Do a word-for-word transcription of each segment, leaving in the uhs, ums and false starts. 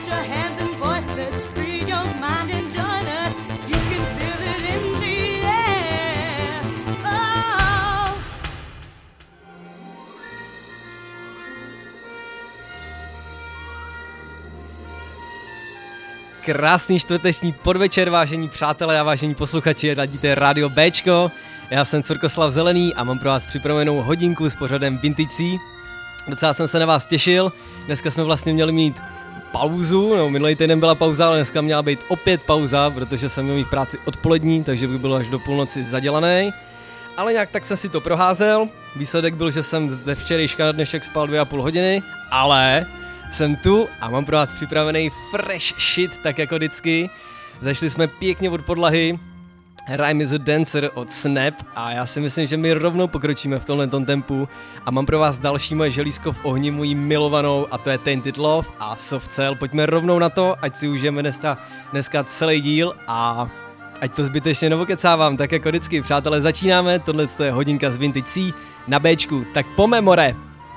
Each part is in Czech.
Put your hands and voices, free your mind and join us. You can feel it in the air. Oh. Krásný čtvrteční podvečer, vážení přátelé a vážení posluchači, radíte Rádio Béčko. Já jsem Cvrkoslav Zelený a mám pro vás připravenou hodinku s pořadem Vintage C. Docela jsem se na vás těšil, dneska jsme vlastně měli mít pauzu, no minulý týden byla pauza, ale dneska měla být opět pauza, protože jsem měl mít v práci odpolední, takže bych byl až do půlnoci zadělaný. Ale nějak tak jsem si to proházel, výsledek byl, že jsem ze včerejška na dnešek spal dvě a půl hodiny, ale jsem tu a mám pro vás připravený fresh shit, tak jako vždycky. Zašli jsme pěkně od podlahy, Rhyme is a Dancer od Snap a já si myslím, že my rovnou pokročíme v tomhletom tempu a mám pro vás další moje želízko v ohni, mojí milovanou, a to je Tainted Love a Soft Cell. Pojďme rovnou na to, ať si užijeme dneska, dneska celý díl a ať to zbytečně nevokecávám, tak jako vždycky, přátelé, začínáme, tohle je hodinka z Vintage C na Bčku, tak pome more!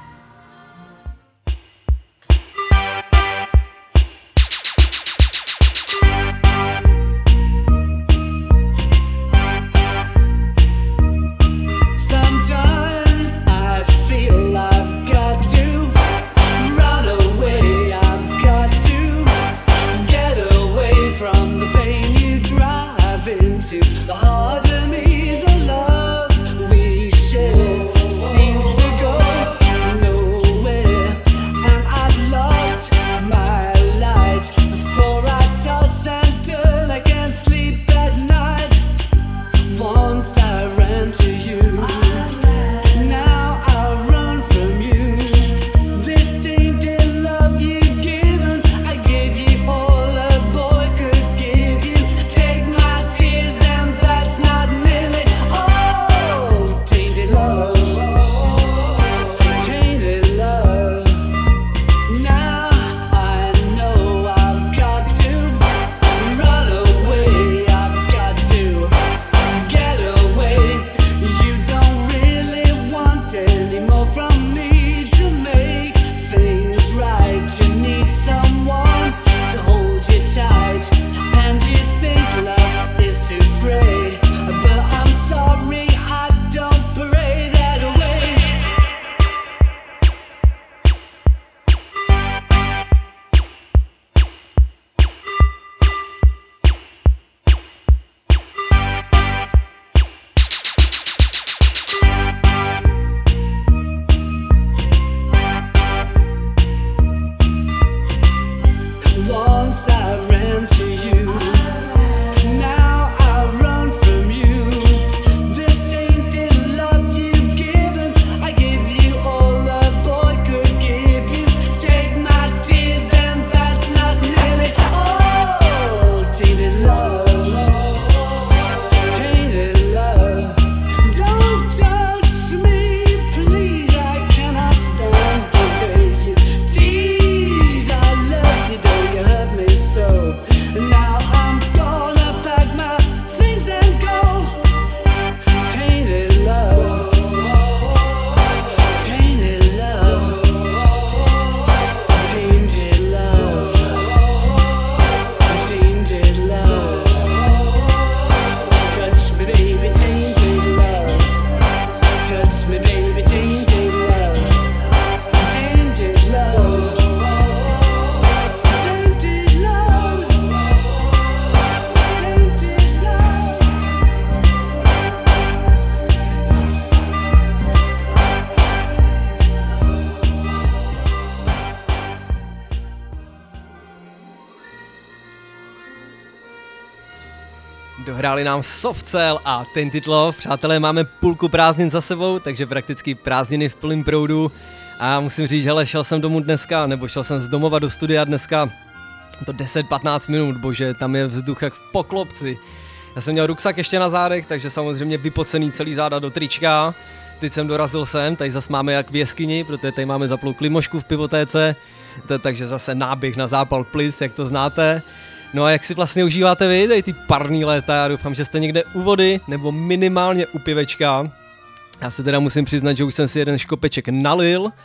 Dohráli nám Soft Cell a Tainted Love. Přátelé, máme půlku prázdnin za sebou, takže prakticky prázdniny v plném proudu. A musím říct, hele, šel jsem domů dneska, nebo šel jsem z domova do studia dneska to deset patnáct minut, bože, tam je vzduch jak v poklopci. Já jsem měl ruksak ještě na zádech, takže samozřejmě vypocený celý záda do trička. Teď jsem dorazil sem, tady zase máme jak v jeskyni, protože tady máme zaplou klimošku v pivotéce, takže zase náběh na zápal plic, jak to znáte. No a jak si vlastně užíváte vy, tady ty parný léta, já doufám, že jste někde u vody, nebo minimálně u pivečka. Já se teda musím přiznat, že už jsem si jeden škopeček nalil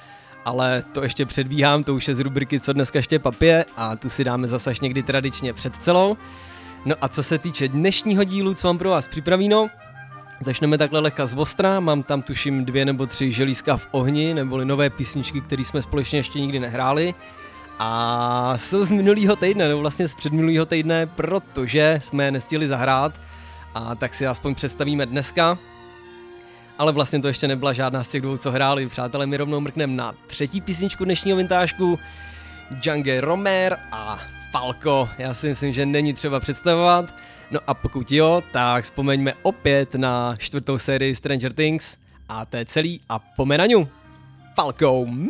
ale to ještě předbíhám, to už je z rubriky Co dneska ještě papě a tu si dáme zase někdy tradičně před celou. No a co se týče dnešního dílu, co mám pro vás připravíno, začneme takhle lehka z ostra, mám tam tuším dvě nebo tři želízka v ohni, neboli nové písničky, které jsme společně ještě nikdy nehráli. A jsou z minulého týdne, nebo vlastně z předminulého týdne, protože jsme je nestihli zahrát, a tak si aspoň představíme dneska. Ale vlastně to ještě nebyla žádná z těch dvou, co hráli. Přátelé, my rovnou mrkneme na třetí písničku dnešního vintážku, Django Romer a Falco. Já si myslím, že není třeba představovat. No a pokud jo, tak vzpomeňme opět na čtvrtou sérii Stranger Things a to je celý a pomenaňu. Falco Man!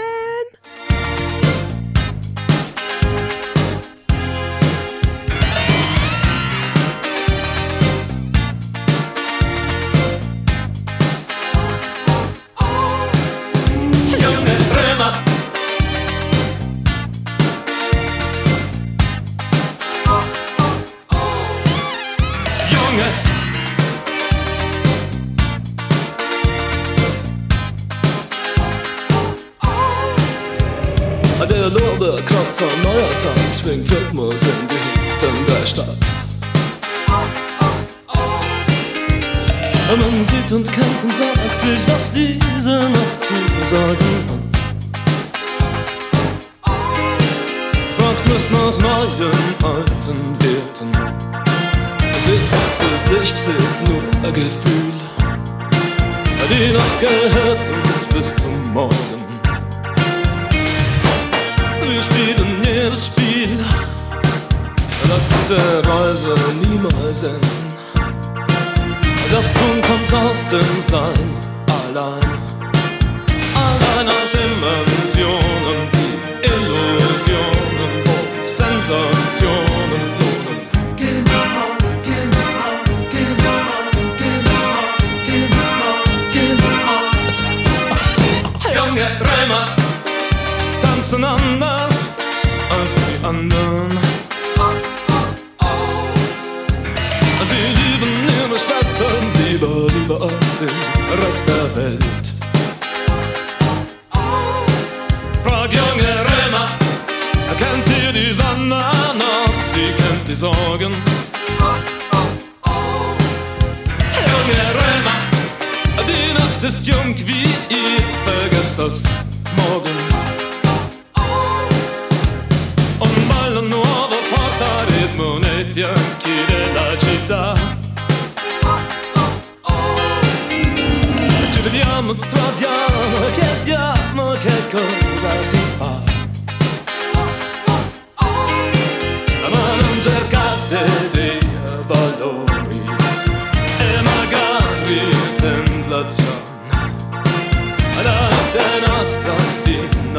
Der Lorbeerkranz am Neuertag schwingt Rhythmus in die Hüften der Stadt. Man sieht und kennt und sagt sich, was diese Nacht zu sagen hat. Fragt nicht nach neuen, alten Werten. Seht, was ist Licht, seht nur ein Gefühl. Die Nacht gehört uns bis zum Morgen. Wir spielen jedes Spiel, lass diese Reise niemals enden. Das Tun kommt aus dem Sein allein. Allein aus Dimensionen, die Illusionen und Sensationen lohnen. Geh mal, geh mal, geh mal, geh mal, geh mal, geh mal. Junge Römer tanzen anders als die anderen. Sie lieben ihre Schwestern lieber, lieber als den Rest der Welt. Frag junge Römer, kennt ihr die Sonne noch? Sie kennt die Sorgen. Junge Römer, die Nacht ist jung wie ihr, vergesst das morgen. Un ballo nuovo porta ritmo nei fianchi della città. Ci vediamo, troviamo, chiediamo che cosa si fa. Ma non cercate dei valori e magari sensazioni. La notte nostra fine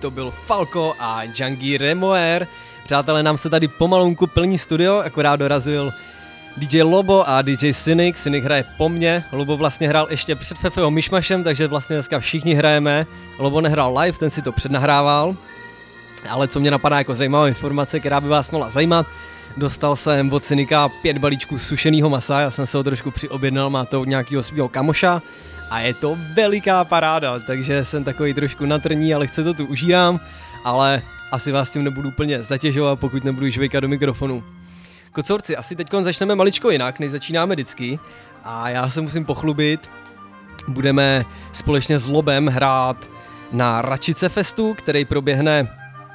to byl Falco a Djangi Remoer. Přátelé, nám se tady pomalunku plní studio, akorát dorazil D J Lobo a D J Cynic. Cynic hraje po mně, Lobo vlastně hrál ještě před Fefeho Myšmašem, takže vlastně dneska všichni hrajeme. Lobo nehrál live, ten si to přednahrával. Ale co mě napadá jako zajímavá informace, která by vás mohla zajímat, dostal jsem od Cynika pět balíčků sušeného masa, já jsem se ho trošku přiobjednal, má to od nějakého svého kamoša a je to veliká paráda, takže jsem takový trošku natrní, ale chce to tu užírám, ale asi vás tím nebudu úplně zatěžovat, pokud nebudu žvejkat do mikrofonu. Kocourci, asi teď začneme maličko jinak, než začínáme vždycky a já se musím pochlubit, budeme společně s Lobem hrát na Račice Festu, který proběhne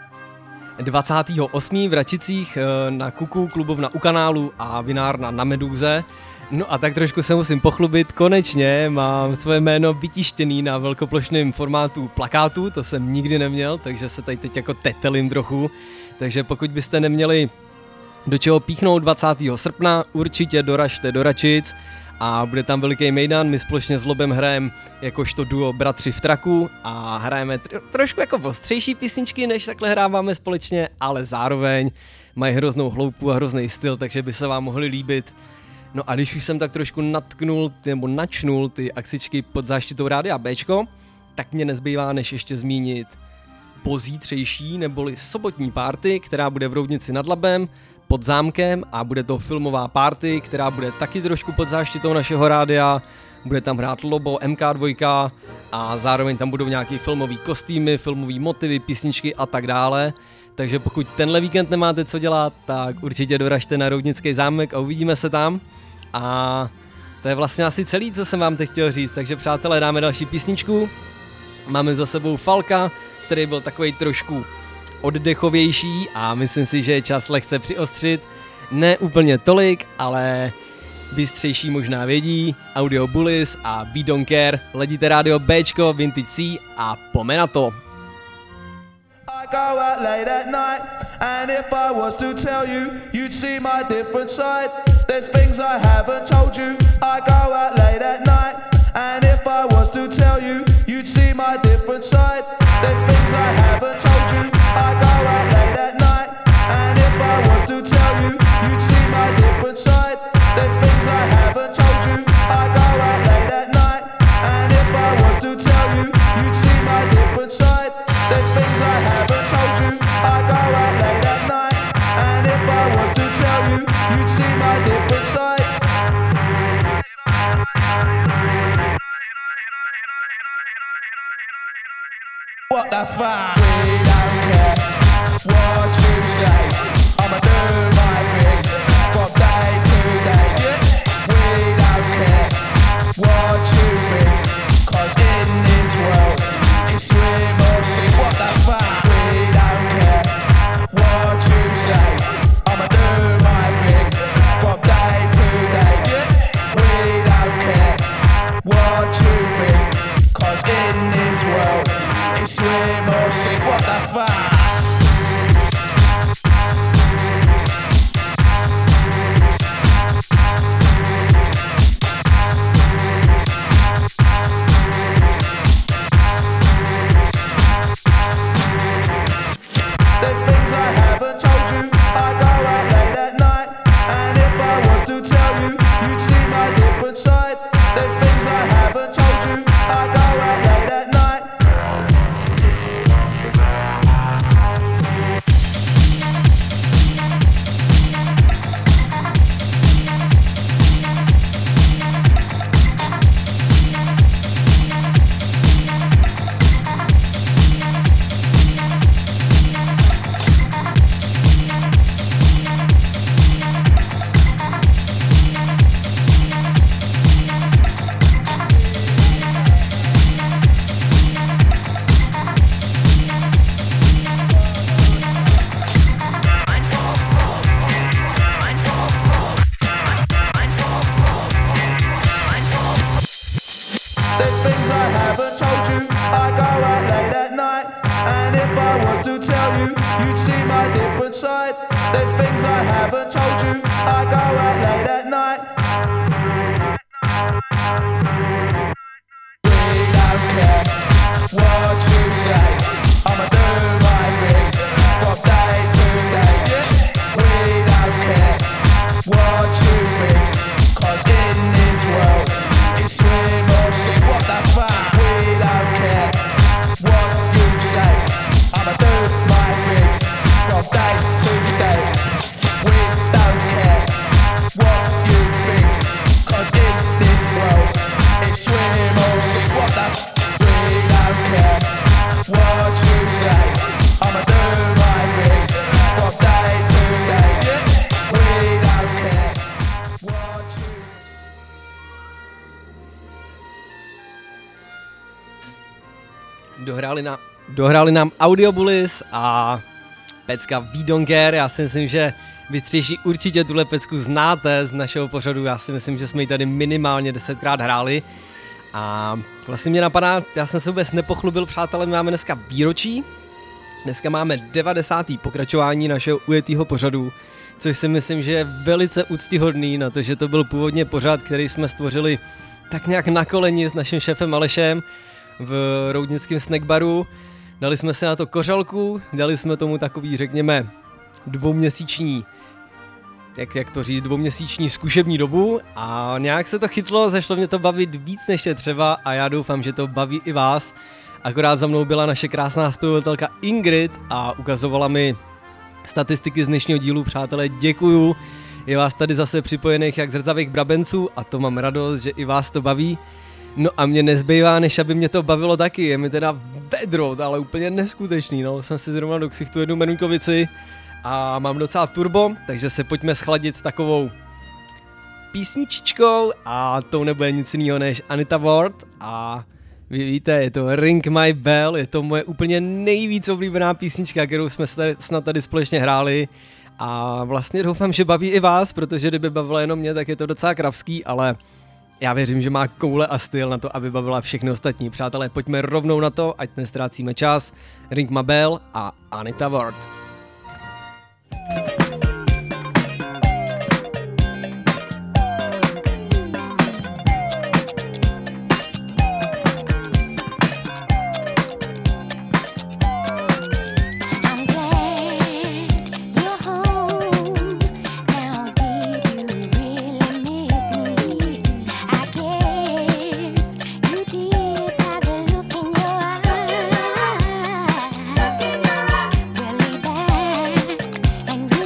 dvacátého osmého v Račicích na Kuku, klubovna u kanálu a vinárna na Medúze. No a tak trošku se musím pochlubit, konečně mám své jméno vytištěný na velkoplošném formátu plakátu, to jsem nikdy neměl, takže se tady teď jako tetelím trochu. Takže pokud byste neměli do čeho píchnout dvacátého srpna, určitě doražte do Račic a bude tam veliký mejdan, my společně s Lobem hrajeme jakožto duo Bratři v traku a hrajeme tr- trošku jako ostřejší písničky, než takhle hráváme společně, ale zároveň mají hroznou hloupu a hrozný styl, takže by se vám mohli líbit. No a když už jsem tak trošku natknul, nebo načnul ty akcičky pod záštitou Rádia Bčko, tak mě nezbývá než ještě zmínit pozítřejší neboli sobotní party, která bude v Roudnici nad Labem, pod zámkem a bude to filmová party, která bude taky trošku pod záštitou našeho rádia. Bude tam hrát Lobo, M K dva a zároveň tam budou nějaký filmový kostýmy, filmový motivy, písničky a tak dále. Takže pokud tenhle víkend nemáte co dělat, tak určitě doražte na Roudnický zámek a uvidíme se tam. A to je vlastně asi celý, co jsem vám teď chtěl říct. Takže přátelé, dáme další písničku. Máme za sebou Falka, který byl takovej trošku oddechovější a myslím si, že je čas lehce přiostřit. Ne úplně tolik, ale bystřejší možná vědí. Audio Bullies a We Don't Care. Ledíte rádio Bčko, Vintage C a pome na to. I go out late at night, and if I was to tell you, you'd see my different side. There's things I haven't told you. I go out late at night, and if I was to tell you, you'd see my different side. There's things I haven't told you. I go out late at night, and if I was to tell you, you'd see my different side. There's things I haven't told you. I go out late at night, and if I was to tell you, you'd see my different side. There's things I haven't told you. I go out late at night, and if I was to tell you, you'd see my different side. What the fuck? We don't care what you say. I'ma do my thing from day to day. Yeah. We don't care what you think, 'cause in this world it's swim or sink. What the fuck? We don't care what you say. I'ma do my thing from day to day. Yeah. We don't care what you think, 'cause in this world it's swim or sink. What the fuck? There's things I haven't told you. I go out late at night, and if I was to tell you, you'd see my different side. There's things I haven't told you. I go out late at night. There's things I haven't told you. I go out late at night, and if I was to tell you, you'd see my different side. There's things I haven't told you. I go out late at night. We don't care what you say. I'ma do Dohráli, na, dohráli nám Audiobullis a pecka We Don't Care. Já si myslím, že vystřejší určitě tuhle pecku znáte z našeho pořadu. Já si myslím, že jsme ji tady minimálně desetkrát hráli. A vlastně mě napadá, já jsem se vůbec nepochlubil, přátelé, my máme dneska výročí. Dneska máme devadesátý pokračování našeho ujetýho pořadu, což si myslím, že je velice úctyhodný na to, že to byl původně pořad, který jsme stvořili tak nějak na koleni s naším šéfem Alešem v roudnickém snackbaru. Dali jsme si na to kořalku, dali jsme tomu takový, řekněme, dvouměsíční, jak, jak to říct, dvouměsíční zkušební dobu a nějak se to chytlo, zašlo mě to bavit víc než je třeba a já doufám, že to baví i vás. Akorát za mnou byla naše krásná zpěvatelka Ingrid a ukazovala mi statistiky z dnešního dílu, přátelé, děkuju. Je vás tady zase připojených jak zrzavých brabenců a to mám radost, že i vás to baví. No a mě nezbývá, než aby mě to bavilo taky, je mi teda vedro, ale úplně neskutečný, no, jsem si zrovna do ksichtu jednu menujkovici a mám docela turbo, takže se pojďme schladit takovou písničičkou a to nebude nic jiného než Anita Ward a vy víte, je to Ring My Bell, je to moje úplně nejvíc oblíbená písnička, kterou jsme tady, snad tady společně hráli a vlastně doufám, že baví i vás, protože kdyby bavila jenom mě, tak je to docela kravský, ale já věřím, že má koule a styl na to, aby bavila všechny ostatní. Přátelé, pojďme rovnou na to, ať nestrácíme čas. Ring My Bell a Anita Ward. And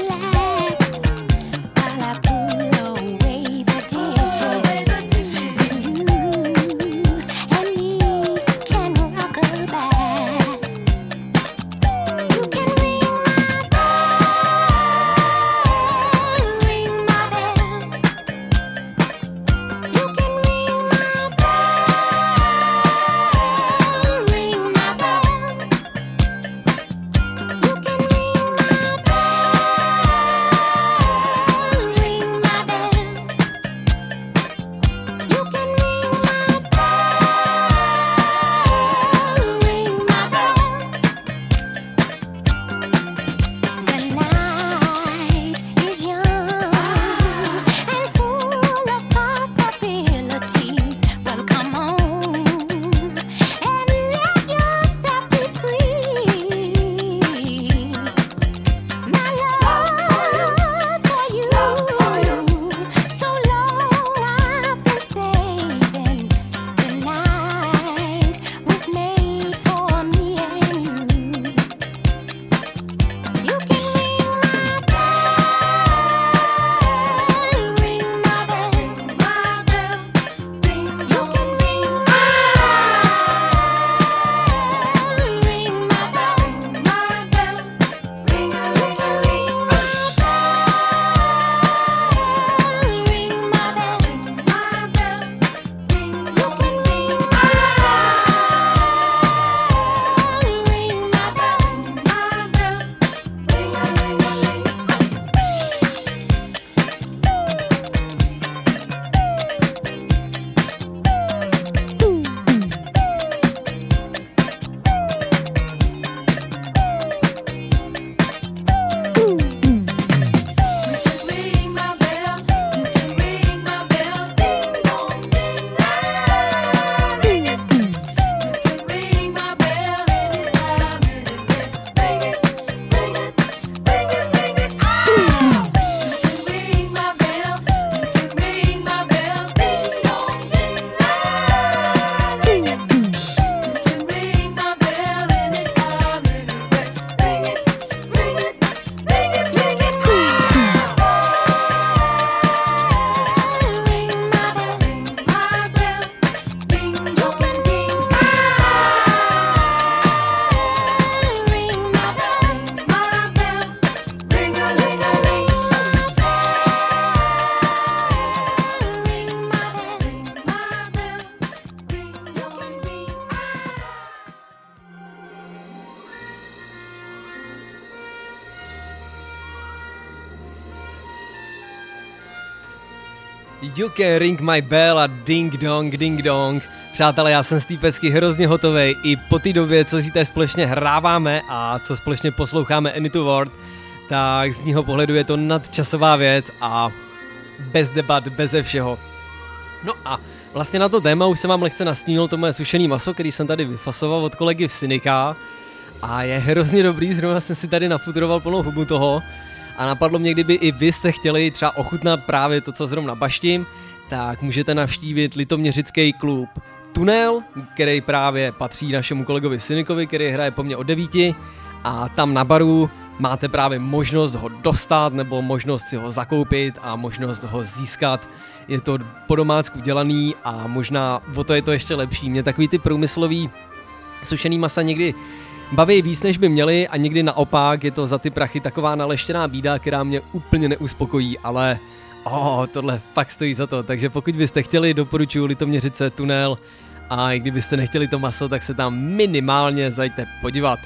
You can ring my bell a ding dong, ding dong. Přátelé, já jsem z té pecky hrozně hotovej i po té době, co si tady společně hráváme a co společně posloucháme Any to World, tak z mýho pohledu je to nadčasová věc a bez debat, beze všeho. No a vlastně na to téma už jsem vám lehce nastínil to moje sušený maso, který jsem tady vyfasoval od kolegy v Cynika a je hrozně dobrý, zrovna jsem si tady nafuturoval plnou hubu toho a napadlo mě, kdyby i vy jste chtěli třeba ochutnat právě to, co zrovna baštím, tak můžete navštívit litoměřický klub Tunel, který právě patří našemu kolegovi Cynikovi, který hraje po mně od devíti a tam na baru máte právě možnost ho dostat nebo možnost si ho zakoupit a možnost ho získat. Je to po domácku dělaný a možná o to je to ještě lepší. Mě takový ty průmyslový sušený masa někdy baví víc, než by měli a někdy naopak je to za ty prachy taková naleštěná bída, která mě úplně neuspokojí, ale oh, tohle fakt stojí za to. Takže pokud byste chtěli, doporučuji Litoměřice Tunel a i kdybyste nechtěli to maso, tak se tam minimálně zajďte podívat.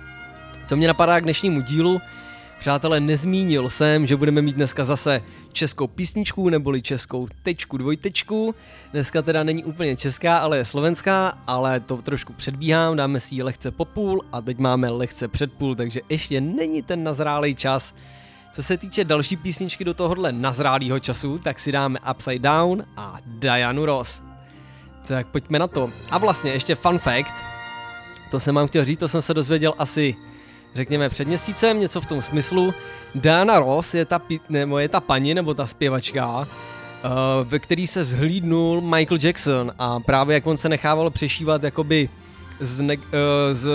Co mě napadá k dnešnímu dílu? Přátelé, nezmínil jsem, že budeme mít dneska zase českou písničku, neboli českou tečku, dvojtečku. Dneska teda není úplně česká, ale je slovenská, ale to trošku předbíhám, dáme si ji lehce po půl a teď máme lehce před půl, takže ještě není ten nazrálej čas. Co se týče další písničky do tohohle nazrálýho času, tak si dáme Upside Down a Dianu Ross. Tak pojďme na to. A vlastně ještě fun fact, to jsem vám chtěl říct, to jsem se dozvěděl asi řekněme před měsícem, něco v tom smyslu. Diana Ross je ta, nebo je ta paní, nebo ta zpěvačka, uh, ve který se zhlídnul Michael Jackson a právě jak on se nechával přešívat jakoby z, ne, uh, z,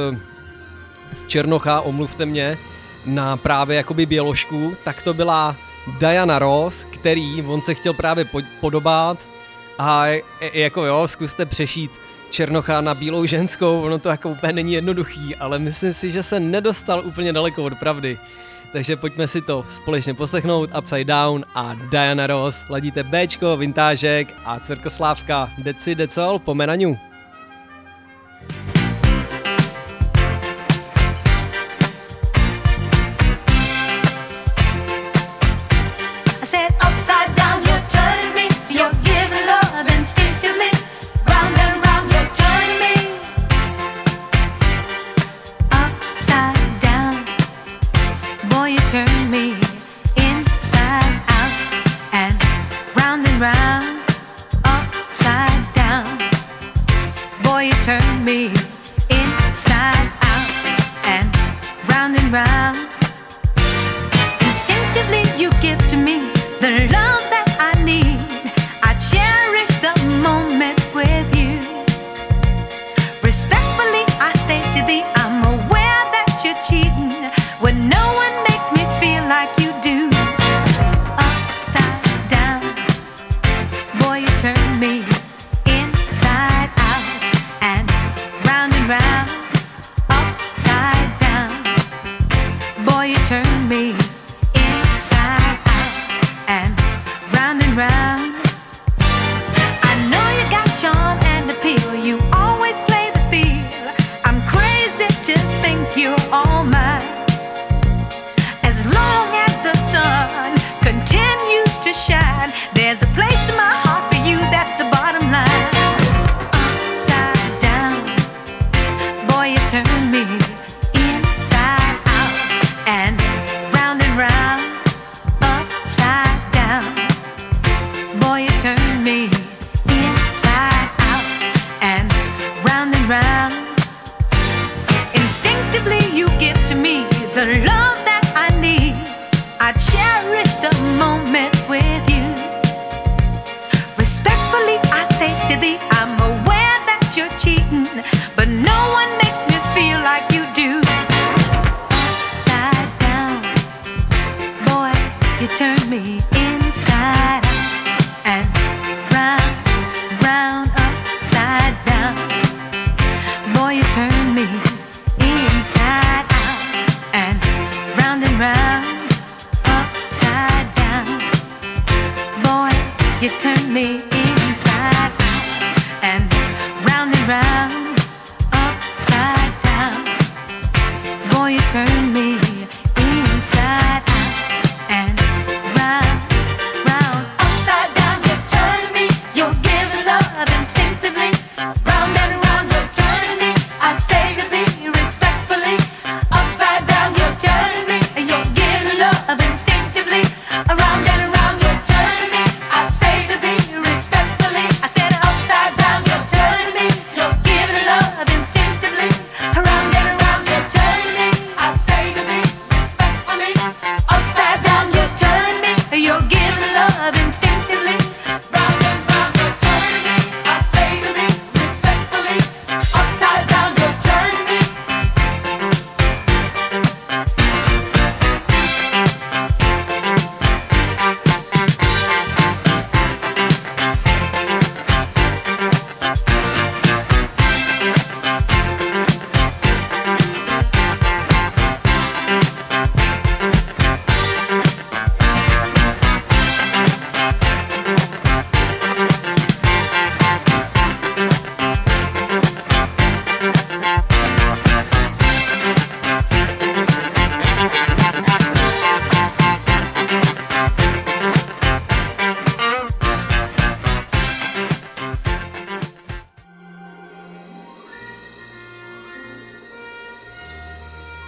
z Černocha, omluvte mě, na právě jakoby běložku, tak to byla Diana Ross, který on se chtěl právě podobat a jako jo, zkuste přešít Černocha na bílou ženskou, ono to jako úplně není jednoduchý, ale myslím si, že se nedostal úplně daleko od pravdy. Takže pojďme si to společně poslechnout, Upside Down a Diana Ross. Ladíte Bčko, Vintážek a Cirkoslávka, Deci Decol, Pomeraňu. Upside down, you're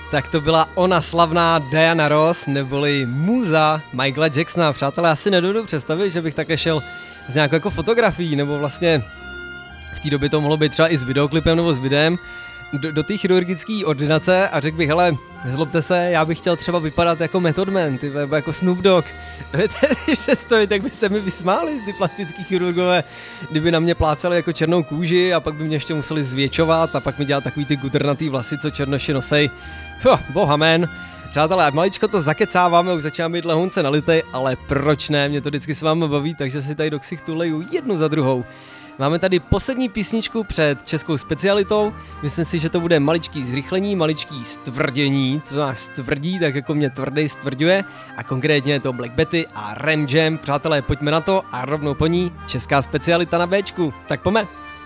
Tak to byla ona slavná Diana Ross, neboli muza Michaela Jacksona. Přátelé, já si nedovedu představit, že bych také šel z nějakou jako fotografií, nebo vlastně v té době to mohlo být třeba i s videoklipem nebo s videem, do, do té chirurgické ordinace a řekl bych, hele, nezlobte se, já bych chtěl třeba vypadat jako Method Man, ty, nebo jako Snoop Dogg. Přesto, tak by se mi vysmáli ty plastický chirurgové, kdyby na mě plácali jako černou kůži a pak by mě ještě museli zvětšovat a pak mi dělat takový ty gudrnatý vlasy, co černoši nosej. Oh, bohamen. Přátelé, maličko to zakecáváme, už začíná být lehonce nalitej, ale proč ne, mě to vždycky s vámi baví, takže si tady do ksichtu leju jednu za druhou. Máme tady poslední písničku před českou specialitou, myslím si, že to bude maličký zrychlení, maličký stvrdění, to nás stvrdí, tak jako mě tvrdej stvrďuje a konkrétně je to Black Betty a Ram Jam. Přátelé, pojďme na to a rovnou po ní česká specialita na Bčku, tak pojďme.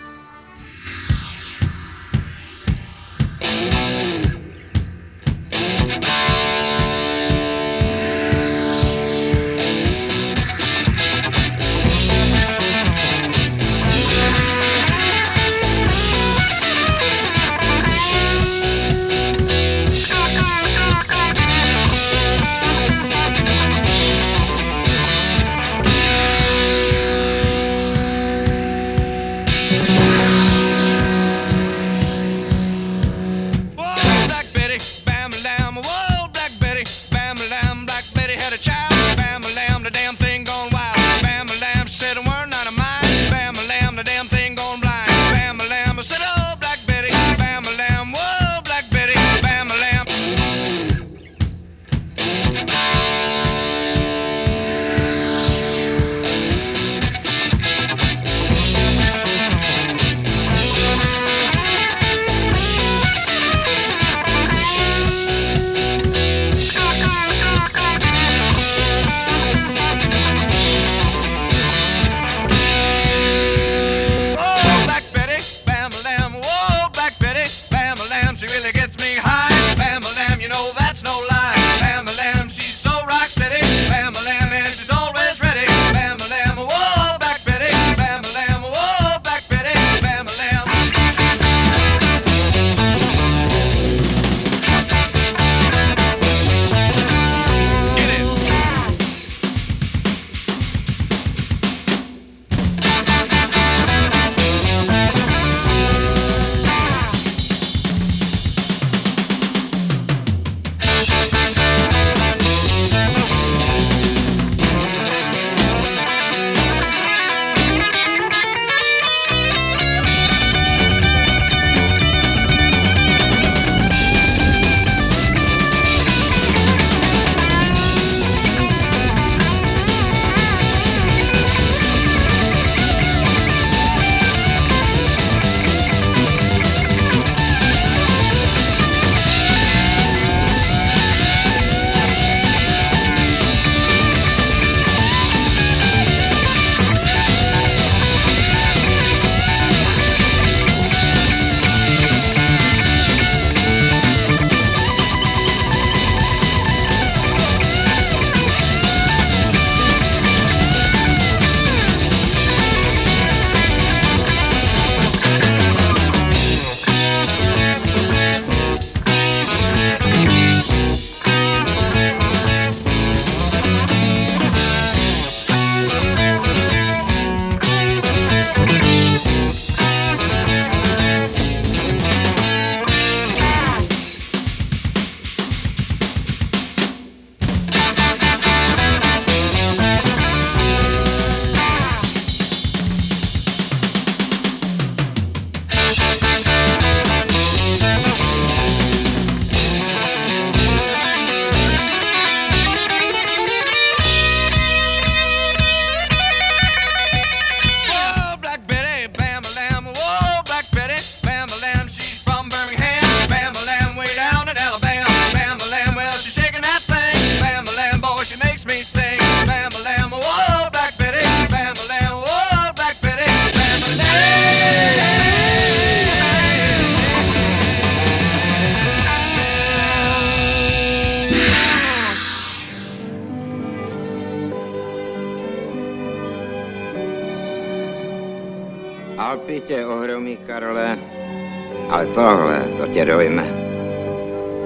Alpy tě ohromí, Karle, ale tohle, to tě dojme.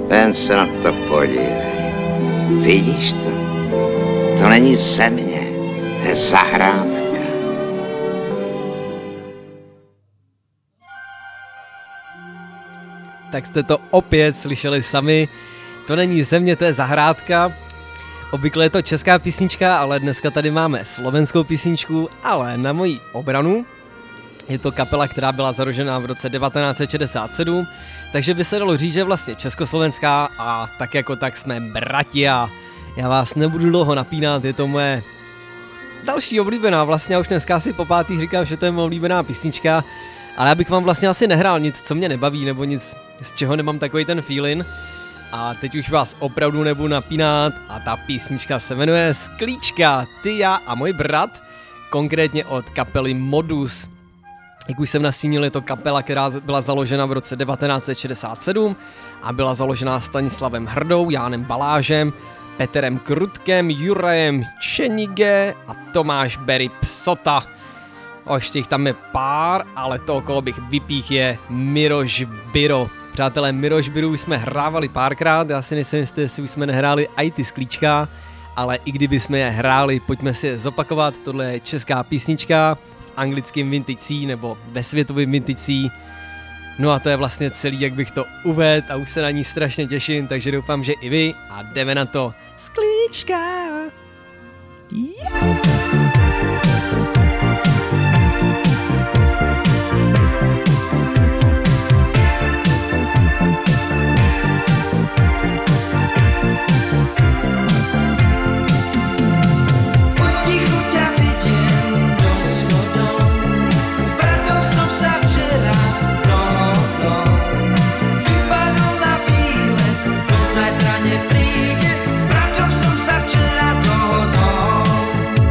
Jen se na to podívej. Vidíš to? To není země, to je zahrádka. Tak jste to opět slyšeli sami. To není země, to je zahrádka. Obvykle je to česká písnička, ale dneska tady máme slovenskou písničku, ale na moji obranu je to kapela, která byla založena v roce devatenáct set šedesát sedm, takže by se dalo říct, že vlastně československá a tak jako tak jsme bratia. Já vás nebudu dlouho napínat, je to moje další oblíbená, vlastně já už dneska si po pátý říkám, že to je moje oblíbená písnička, ale já bych vám vlastně asi nehrál nic, co mě nebaví, nebo nic, z čeho nemám takový ten feeling. A teď už vás opravdu nebudu napínat a ta písnička se jmenuje Sklíčka, ty, já a můj brat, konkrétně od kapely Modus. Jak už jsem nastínil, je to kapela, která byla založena v roce devatenáct set šedesát sedm a byla založena Stanislavem Hrdou, Jánem Balážem, Petrem Krutkem, Jurajem Čenige a Tomáš Berry Psota. O, ještě jich tam je pár, ale to, koho bych vypích, je Miroš Biro. Přátelé, Miroš Biru jsme hrávali párkrát, já si nejsem jistý, jestli už jsme nehráli i ty Sklíčka, ale i kdyby jsme je hráli, pojďme si je zopakovat, tohle je česká písnička v anglickém vintage C nebo ve světovém vintage C. No a to je vlastně celý, jak bych to uvedl a už se na ní strašně těším, takže doufám, že i vy a jdeme na to. Sklíčka! Yes! Zajtra nepríde, s bratom som sa včera dohodol.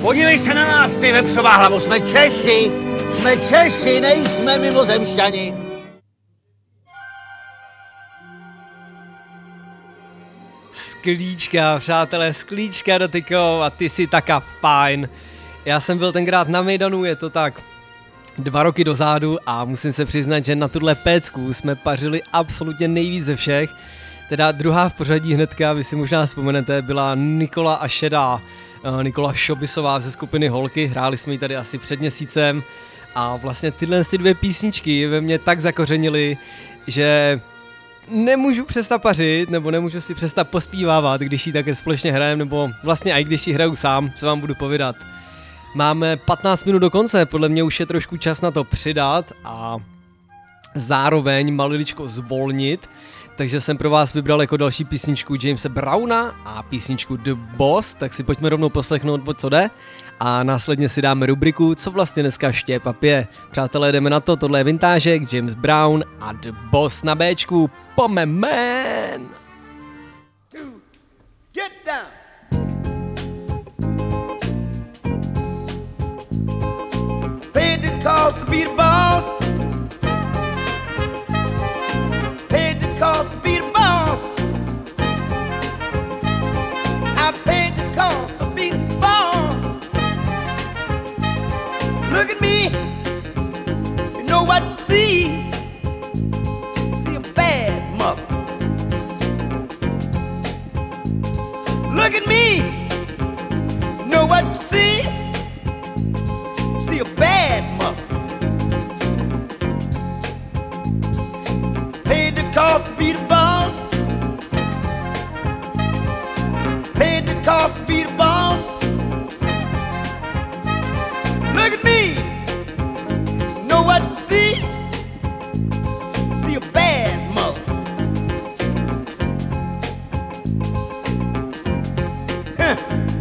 Podívej se na nás, ty vepřová hlavo, jsme Češi! Jsme Češi, nejsme mimozemšťani! Sklíčka, přátelé, sklíčka dotykou a ty jsi taká fajn. Já jsem byl tenkrát na Mejdanu, je to tak dva roky dozadu a musím se přiznat, že na tuhle pécku jsme pařili absolutně nejvíc ze všech. Teda druhá v pořadí hnedka, vy si možná vzpomenete, byla Nikola a Šedá, Nikola Šobisová ze skupiny Holky, hráli jsme ji tady asi před měsícem a vlastně tyhle ty dvě písničky ve mně tak zakořenily, že nemůžu přestat pařit, nebo nemůžu si přestat pospívávat, když ji také společně hrajem, nebo vlastně i když ji hraju sám, co vám budu povídat. Máme patnáct minut do konce, podle mě už je trošku čas na to přidat a zároveň maliličko zvolnit, takže jsem pro vás vybral jako další písničku Jamese Browna a písničku The Boss, tak si pojďme rovnou poslechnout, o co jde a následně si dáme rubriku, co vlastně dneska štěpa pije. Přátelé, jdeme na to, tohle je Vintážek, James Brown a The Boss na Bčku, pome man! Get down! Paid the cost to be the boss. Paid the cost to be the boss. I paid the cost to be the boss. Look at me. You know what to see. See a bad mother. Look at me. You know what to see. See a bad mother. Paid the cost to be the boss. Paid the cost to be the boss. Look at me. Know what to see? See a bad mother. Huh.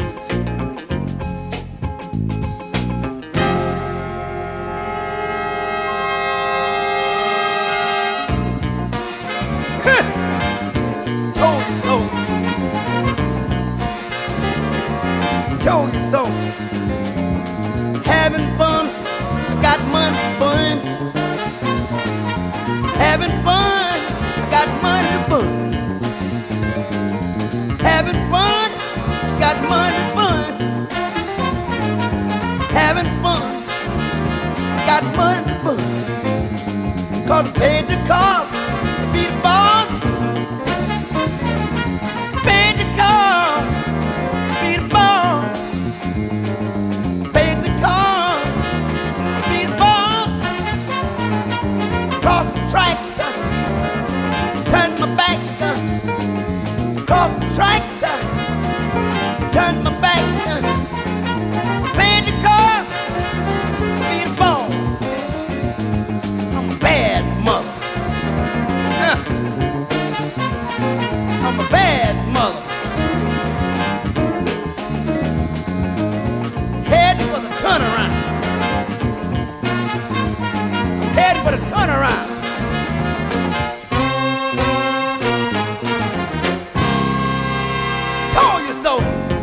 Told you so. Having fun, got money to burn. Having fun, got money to burn. Having fun, got money to burn. Having fun, got money to burn. Cause I paid the cost to be the boss. Paid the cost to be the boss. Paid the cost to be the boss. Cross the tracks, uh, turn my back. Uh, cross the tracks, uh, turn my back. Uh, paid the cost to be the boss. I'm a bad mother. Uh, I'm a bad mother. Head for the turnaround. Head for the turnaround. Told you so.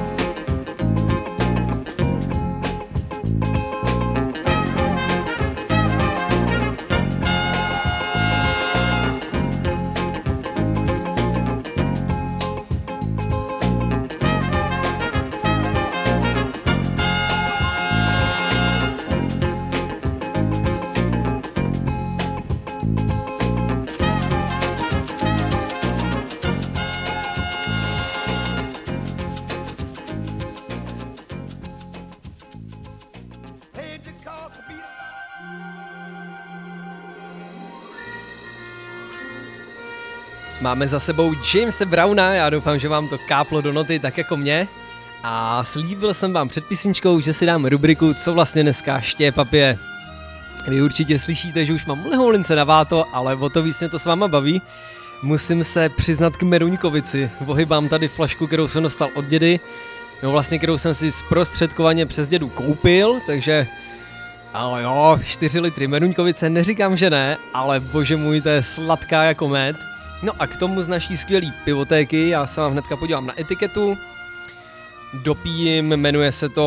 Máme za sebou Jamese Browna, já doufám, že vám to káplo do noty tak jako mě. A slíbil jsem vám před písničkou, že si dám rubriku, co vlastně dneska štěpa pije. Vy určitě slyšíte, že už mám lehoulince na váto, ale o to víc mě to s váma baví. Musím se přiznat k Meruňkovici. Ohybám tady flašku, kterou jsem dostal od dědy. No vlastně, kterou jsem si zprostředkovaně přes dědu koupil, takže... Ale jo, čtyři litry Meruňkovice, neříkám, že ne, ale bože můj, to je sladká jako med. No a k tomu z naší skvělý pivotéky, já se vám hnedka podívám na etiketu. Dopijím, jmenuje se to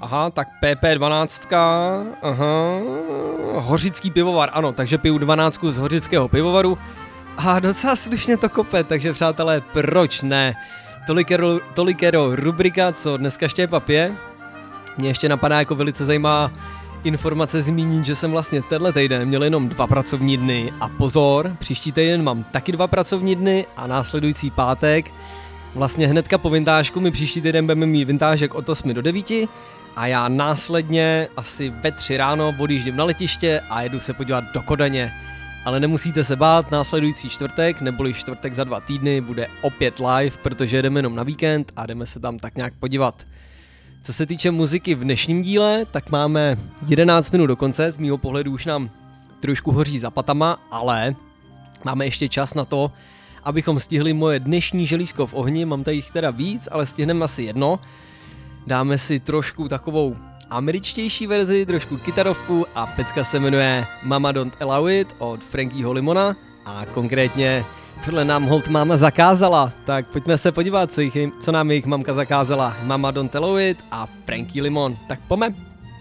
Aha, tak P P dvanáct, aha, Hořický pivovar, ano, takže piju dvanáctku z Hořického pivovaru a docela slušně to kope, takže přátelé, proč ne? Tolikero, tolikero rubrika, co dneska Štěpa pije. Mně ještě napadá jako velice zajímavá informace zmínit, že jsem vlastně tenhle týden měl jenom dva pracovní dny a pozor, příští týden mám taky dva pracovní dny a následující pátek, vlastně hnedka po vintážku mi příští týden budeme mít vintážek od osmi do devíti a já následně asi ve tři ráno odjíždím na letiště a jedu se podívat do Kodaně. Ale nemusíte se bát, následující čtvrtek, neboli čtvrtek za dva týdny, bude opět live, protože jedeme jenom na víkend a jdeme se tam tak nějak podívat. Co se týče muziky v dnešním díle, tak máme jedenáct minut do konce, z mýho pohledu už nám trošku hoří za patama, ale máme ještě čas na to, abychom stihli moje dnešní želízko v ohni, mám tady jich teda víc, ale stihneme asi jedno. Dáme si trošku takovou američtější verzi, trošku kytarovku a pecka se jmenuje Mama Don't Allow It od Frankyho Limona a konkrétně tohle nám holt máma zakázala, tak pojďme se podívat, co, jich, co nám jejich mamka zakázala. Mama Don't Allow It a Franky Limon, tak pojďme.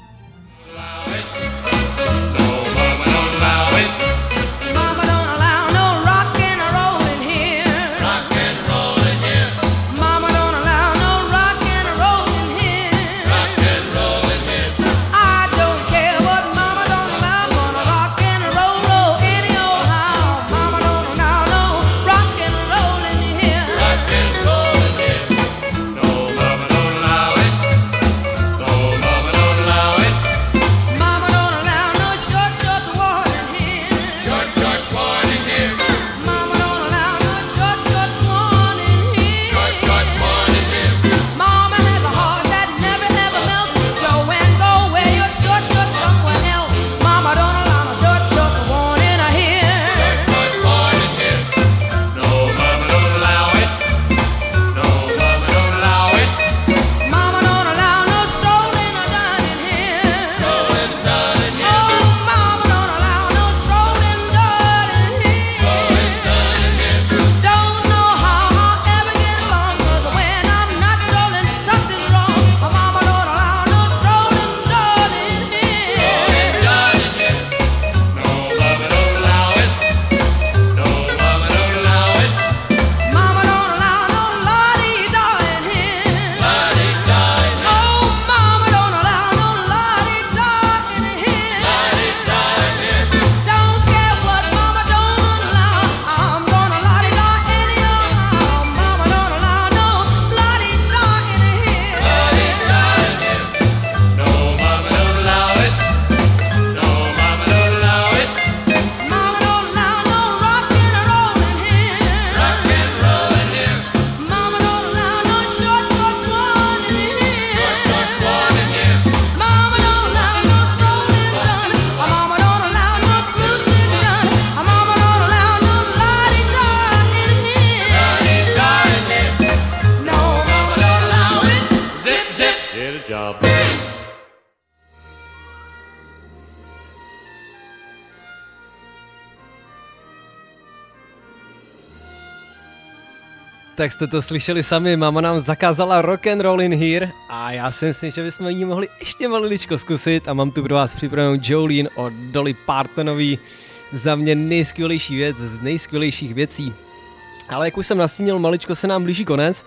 Tak jste to slyšeli sami, máma nám zakázala rock and roll in here a já si myslím, že bychom ji mohli ještě maliličko zkusit a mám tu pro vás připravenou Jolene od Dolly Partonový, za mě nejskvělejší věc z nejskvělejších věcí. Ale jak už jsem nastínil, maličko se nám blíží konec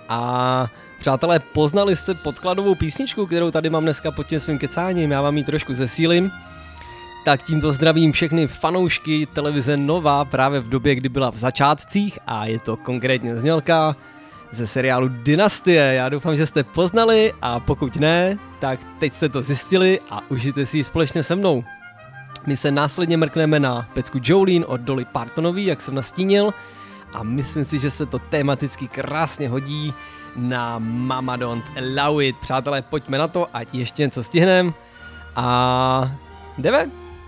a přátelé, poznali jste podkladovou písničku, kterou tady mám dneska pod tím svým kecáním, já vám ji trošku zesílím. Tak tímto zdravím všechny fanoušky televize Nova právě v době, kdy byla v začátcích a je to konkrétně znělka ze seriálu Dynastie. Já doufám, že jste poznali a pokud ne, tak teď jste to zjistili a užijte si ji společně se mnou. My se následně mrkneme na pecku Jolene od Dolly Partonový, jak jsem nastínil, a myslím si, že se to tematicky krásně hodí na Mama Don't Allow It. Přátelé, pojďme na to, ať ještě něco stihneme a jdeme.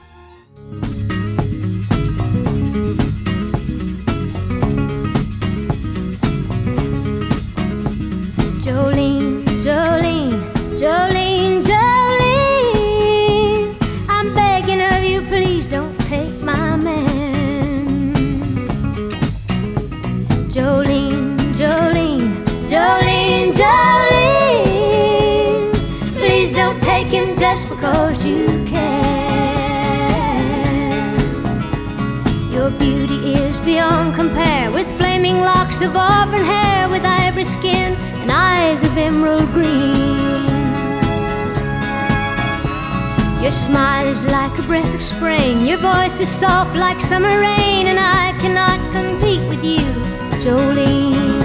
Jolene, Jolene, Jolene, Jolene, I'm begging of you, please don't take my man. Jolene, Jolene, Jolene, Jolene, please don't 'cause you can. Your beauty is beyond compare, with flaming locks of auburn hair, with ivory skin and eyes of emerald green. Your smile is like a breath of spring, your voice is soft like summer rain, and I cannot compete with you, Jolene.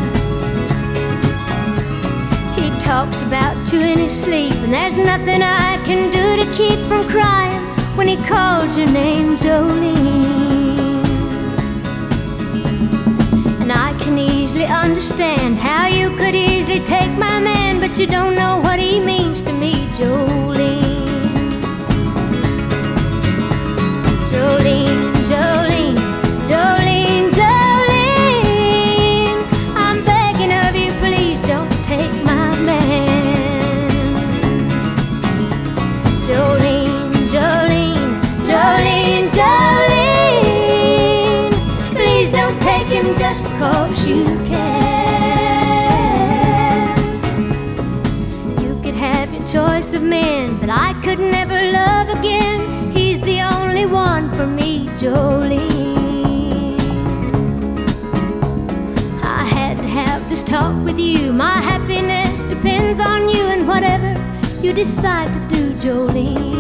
He talks about you in his sleep, and there's nothing I can do to keep from crying when he calls your name, Jolene. And I can easily understand how you could easily take my man, but you don't know what he means to me, Jolene. Jolene, Jolene, Jolene, Jolene, I'm begging of you, please don't take my man. Jolene, Jolene, Jolene, Jolene, please don't take him just because you can. You could have your choice of men, but I could never love again. He's the only one for me, Jolene. I had to have this talk with you. My happiness depends on you, and whatever you decide to do, Jolene.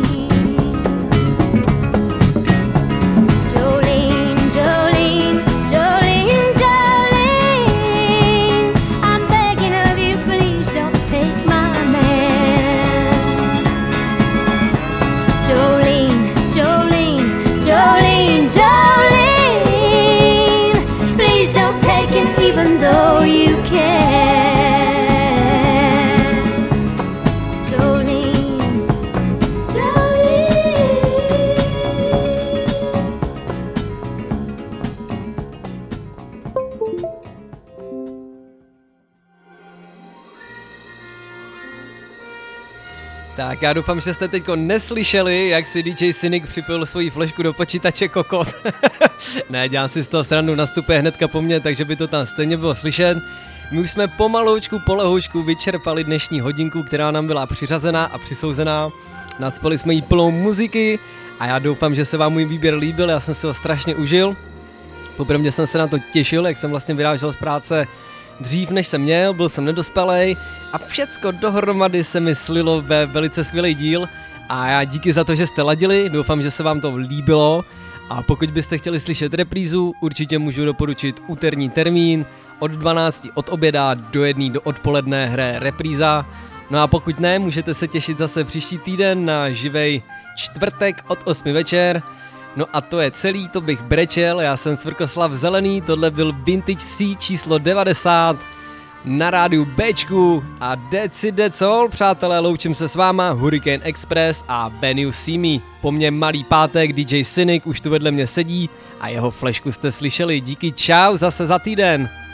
Jolene, Jolene, Jolene, Jolene, I'm begging of you, please don't take my man. Jolene, Jolene, Jolene, Jolene, please don't take him even though you can. Jolene, Jolene. Tak já doufám, že jste teďko neslyšeli, jak si D J Cynic připojil svoji flešku do počítače Kokot. Ne, dělám si z toho stranu, nastupuje hnedka po mně, takže by to tam stejně bylo slyšet. My už jsme pomaloučku, polehoučku vyčerpali dnešní hodinku, která nám byla přiřazená a přisouzená. Nacpali jsme jí plnou muziky a já doufám, že se vám můj výběr líbil, já jsem si ho strašně užil. Popravdě jsem se na to těšil, jak jsem vlastně vyrážel z práce dřív, než jsem měl, byl jsem nedospělej a všecko dohromady se mi slilo ve velice skvělý díl a já díky za to, že jste ladili, doufám, že se vám to líbilo a pokud byste chtěli slyšet reprízu, určitě můžu doporučit úterní termín, od dvanácti od oběda do jedné do odpoledne hraje repríza, no a pokud ne, můžete se těšit zase příští týden na živej čtvrtek od osmi večer. No a to je celý, to bych brečel, já jsem Cvrkoslav Zelený, tohle byl Vintage C číslo devadesát na rádiu Bčku a that's it, that's all, přátelé, loučím se s váma, Hurricane Express a When You See Me. Po mně malý pátek, D J Cynic už tu vedle mě sedí a jeho flešku jste slyšeli, díky, čau, zase za týden.